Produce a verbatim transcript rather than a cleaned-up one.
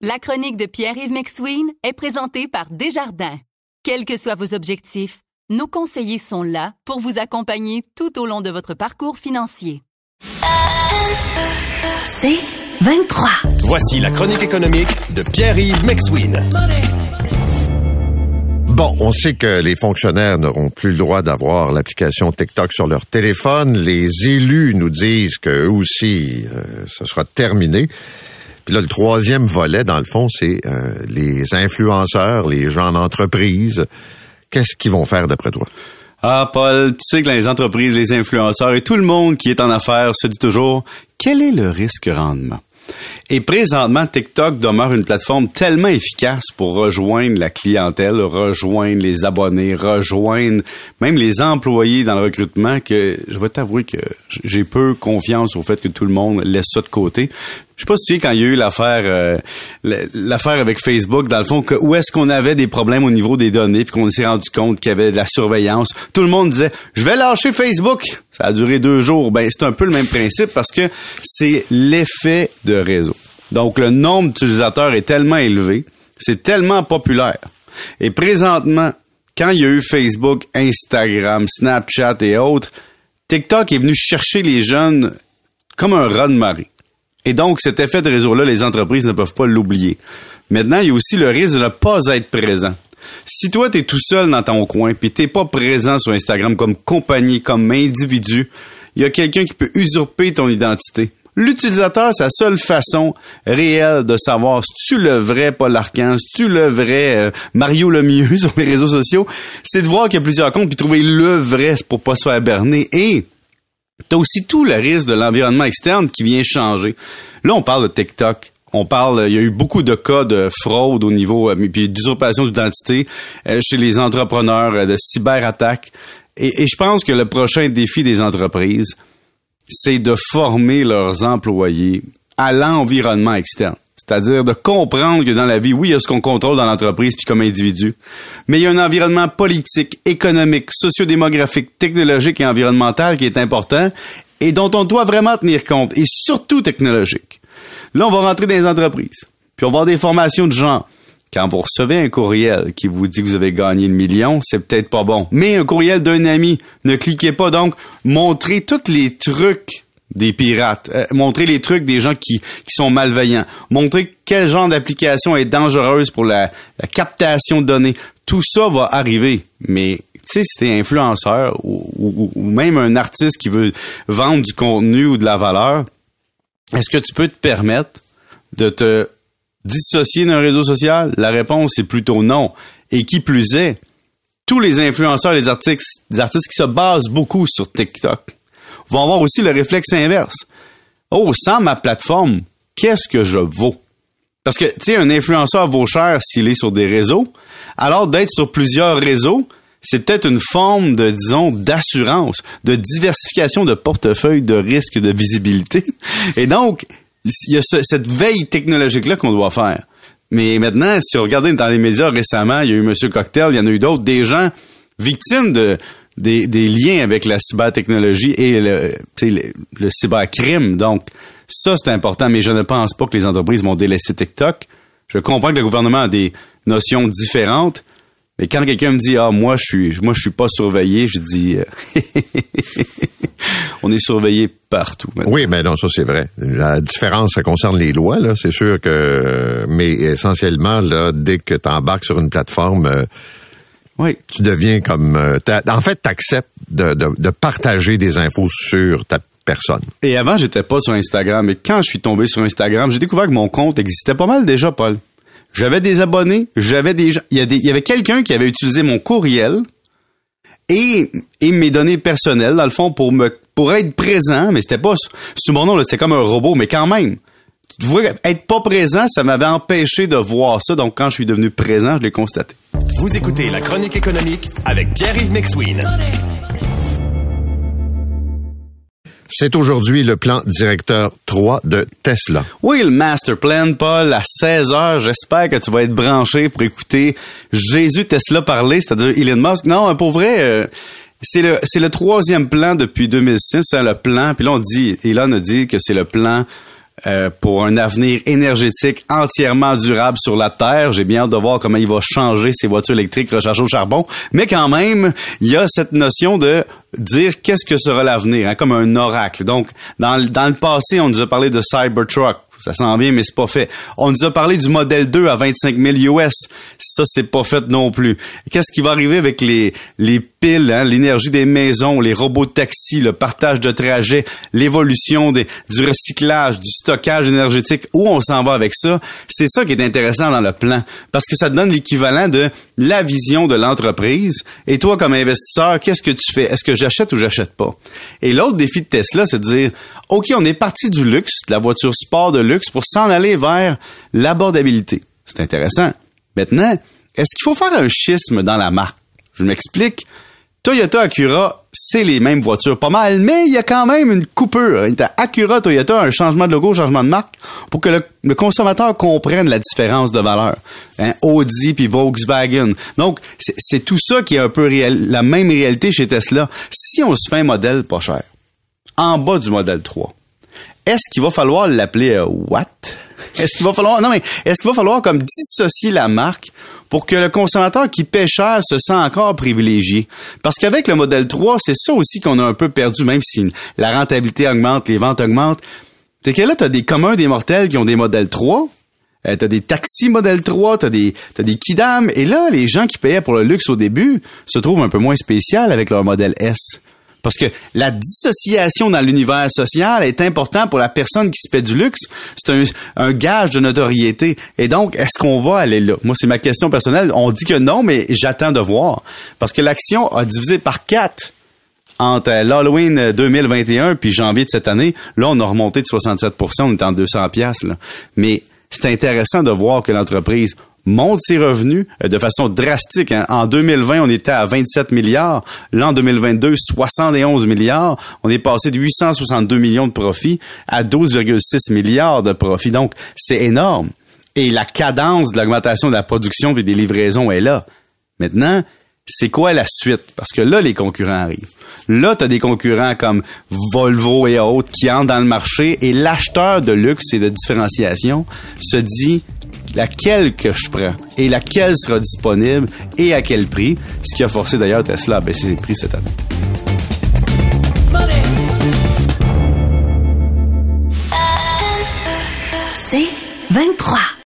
La chronique de Pierre-Yves McSween est présentée par Desjardins. Quels que soient vos objectifs, nos conseillers sont là pour vous accompagner tout au long de votre parcours financier. C'est vingt-trois. Voici la chronique économique de Pierre-Yves McSween. Bon, on sait que les fonctionnaires n'auront plus le droit d'avoir l'application TikTok sur leur téléphone. Les élus nous disent qu'eux aussi, euh, ce sera terminé. Puis là, le troisième volet, dans le fond, c'est euh, les influenceurs, les gens d'entreprise. Qu'est-ce qu'ils vont faire d'après toi? Ah, Paul, tu sais que les entreprises, les influenceurs et tout le monde qui est en affaires se dit toujours « Quel est le risque-rendement? » Et présentement, TikTok demeure une plateforme tellement efficace pour rejoindre la clientèle, rejoindre les abonnés, rejoindre même les employés dans le recrutement que je vais t'avouer que j'ai peu confiance au fait que tout le monde laisse ça de côté. Je sais pas si tu sais quand il y a eu l'affaire euh, l'affaire avec Facebook, dans le fond, que où est-ce qu'on avait des problèmes au niveau des données puis qu'on s'est rendu compte qu'il y avait de la surveillance. Tout le monde disait « Je vais lâcher Facebook ». Ça a duré deux jours. Ben, c'est un peu le même principe parce que c'est l'effet de réseau. Donc, le nombre d'utilisateurs est tellement élevé, c'est tellement populaire. Et présentement, quand il y a eu Facebook, Instagram, Snapchat et autres, TikTok est venu chercher les jeunes comme un raz de marée. Et donc, cet effet de réseau-là, les entreprises ne peuvent pas l'oublier. Maintenant, il y a aussi le risque de ne pas être présent. Si toi, t'es tout seul dans ton coin puis t'es pas présent sur Instagram comme compagnie, comme individu, il y a quelqu'un qui peut usurper ton identité. L'utilisateur, sa seule façon réelle de savoir si tu le vrai Paul Arcand, si tu le vrai euh, Mario Lemieux sur les réseaux sociaux, c'est de voir qu'il y a plusieurs comptes puis trouver le vrai pour pas se faire berner. Et t'as aussi tout le risque de l'environnement externe qui vient changer. Là, on parle de TikTok. On parle, il y a eu beaucoup de cas de fraude au niveau, euh, puis d'usurpation d'identité euh, chez les entrepreneurs, euh, de cyberattaques. Et, et je pense que le prochain défi des entreprises, c'est de former leurs employés à l'environnement externe. C'est-à-dire de comprendre que dans la vie, oui, il y a ce qu'on contrôle dans l'entreprise puis comme individu, mais il y a un environnement politique, économique, sociodémographique, technologique et environnemental qui est important et dont on doit vraiment tenir compte, et surtout technologique. Là, on va rentrer dans les entreprises, puis on va avoir des formations de genre. Quand vous recevez un courriel qui vous dit que vous avez gagné le million, c'est peut-être pas bon. Mais un courriel d'un ami, ne cliquez pas. Donc, montrez tous les trucs des pirates, euh, montrez les trucs des gens qui, qui sont malveillants, montrez quel genre d'application est dangereuse pour la, la captation de données. Tout ça va arriver, mais tu sais, si t'es influenceur ou, ou, ou même un artiste qui veut vendre du contenu ou de la valeur, est-ce que tu peux te permettre de te dissocier d'un réseau social? La réponse est plutôt non. Et qui plus est, tous les influenceurs, les artistes, les artistes qui se basent beaucoup sur TikTok vont avoir aussi le réflexe inverse. Oh, sans ma plateforme, qu'est-ce que je vaux? Parce que, tu sais, un influenceur vaut cher s'il est sur des réseaux. Alors, d'être sur plusieurs réseaux, c'est peut-être une forme de, disons, d'assurance, de diversification de portefeuille, de risque, de visibilité. Et donc, il y a ce, cette veille technologique-là qu'on doit faire. Mais maintenant, si on regarde dans les médias récemment, il y a eu Monsieur Cocktail, il y en a eu d'autres, des gens victimes de des, des liens avec la cybertechnologie et le, le, le cybercrime. Donc, ça, c'est important, mais je ne pense pas que les entreprises vont délaisser TikTok. Je comprends que le gouvernement a des notions différentes, mais quand quelqu'un me dit « Ah, moi, je suis moi je suis pas surveillé », je dis euh, « On est surveillé partout. » maintenant. Oui, mais non, ça, c'est vrai. La différence, ça concerne les lois, là, c'est sûr que... Mais essentiellement, là, dès que tu embarques sur une plateforme... Euh, oui. Tu deviens comme... Euh, en fait, tu acceptes de, de, de partager des infos sur ta personne. Et avant, j'étais pas sur Instagram. Et quand je suis tombé sur Instagram, j'ai découvert que mon compte existait pas mal déjà, Paul. J'avais des abonnés, j'avais des gens... Il y, a des, il y avait quelqu'un qui avait utilisé mon courriel et, et mes données personnelles, dans le fond, pour me pour être présent, mais c'était pas sous mon nom, là, c'était comme un robot, mais quand même. Tu vois, être pas présent, ça m'avait empêché de voir ça. Donc, quand je suis devenu présent, je l'ai constaté. Vous écoutez La Chronique économique avec Pierre-Yves McSween. C'est aujourd'hui le plan directeur trois de Tesla. Oui, le master plan, Paul, à seize heures. J'espère que tu vas être branché pour écouter Jésus Tesla parler, c'est-à-dire Elon Musk. Non, pour vrai, euh, c'est le c'est le troisième plan depuis deux mille six, hein, le plan. Puis là, on dit, Elon a dit que c'est le plan euh, pour un avenir énergétique entièrement durable sur la Terre. J'ai bien hâte de voir comment il va changer ces voitures électriques rechargées au charbon. Mais quand même, il y a cette notion de dire qu'est-ce que sera l'avenir, hein, comme un oracle. Donc, dans, dans le passé, on nous a parlé de Cybertruck. Ça sent bien, mais c'est pas fait. On nous a parlé du modèle deux à vingt-cinq mille U S. Ça, c'est pas fait non plus. Qu'est-ce qui va arriver avec les, les piles, hein, l'énergie des maisons, les robots de taxi, le partage de trajets, l'évolution des, du recyclage, du stockage énergétique? Où on s'en va avec ça? C'est ça qui est intéressant dans le plan. Parce que ça te donne l'équivalent de la vision de l'entreprise. Et toi, comme investisseur, qu'est-ce que tu fais? Est-ce que j'achète ou j'achète pas? Et l'autre défi de Tesla, c'est de dire, OK, on est parti du luxe, de la voiture sport de luxe, pour s'en aller vers l'abordabilité. C'est intéressant. Maintenant, est-ce qu'il faut faire un schisme dans la marque? Je m'explique. Toyota Acura, c'est les mêmes voitures pas mal, mais il y a quand même une coupure. Acura, Toyota, un changement de logo, un changement de marque, pour que le, le consommateur comprenne la différence de valeur. Hein? Audi puis Volkswagen. Donc, c'est, c'est tout ça qui est un peu réel, la même réalité chez Tesla. Si on se fait un modèle pas cher, en bas du modèle trois, est-ce qu'il va falloir l'appeler euh, what? Est-ce qu'il va falloir, non mais, est-ce qu'il va falloir comme dissocier la marque pour que le consommateur qui paie cher se sent encore privilégié? Parce qu'avec le modèle trois, c'est ça aussi qu'on a un peu perdu, même si la rentabilité augmente, les ventes augmentent. C'est que là, t'as des communs des mortels qui ont des modèles trois, euh, t'as des taxis modèle trois, t'as des, t'as des kidam, et là, les gens qui payaient pour le luxe au début se trouvent un peu moins spécial avec leur modèle S. Parce que la dissociation dans l'univers social est importante pour la personne qui se paie du luxe. C'est un, un gage de notoriété. Et donc, est-ce qu'on va aller là? Moi, c'est ma question personnelle. On dit que non, mais j'attends de voir. Parce que l'action a divisé par quatre entre l'Halloween deux mille vingt et un puis janvier de cette année. Là, on a remonté de soixante-sept pour cent, on est en deux cents piastres, là. Mais c'est intéressant de voir que l'entreprise monte ses revenus de façon drastique. Hein. En deux mille vingt, on était à vingt-sept milliards. Là, en deux mille vingt-deux, soixante et onze milliards. On est passé de huit cent soixante-deux millions de profits à douze virgule six milliards de profits. Donc, c'est énorme. Et la cadence de l'augmentation de la production et des livraisons est là. Maintenant, c'est quoi la suite? Parce que là, les concurrents arrivent. Là, tu as des concurrents comme Volvo et autres qui entrent dans le marché et l'acheteur de luxe et de différenciation se dit laquelle que je prends et laquelle sera disponible et à quel prix, ce qui a forcé d'ailleurs Tesla à baisser ses prix cette année. C'est vingt-trois.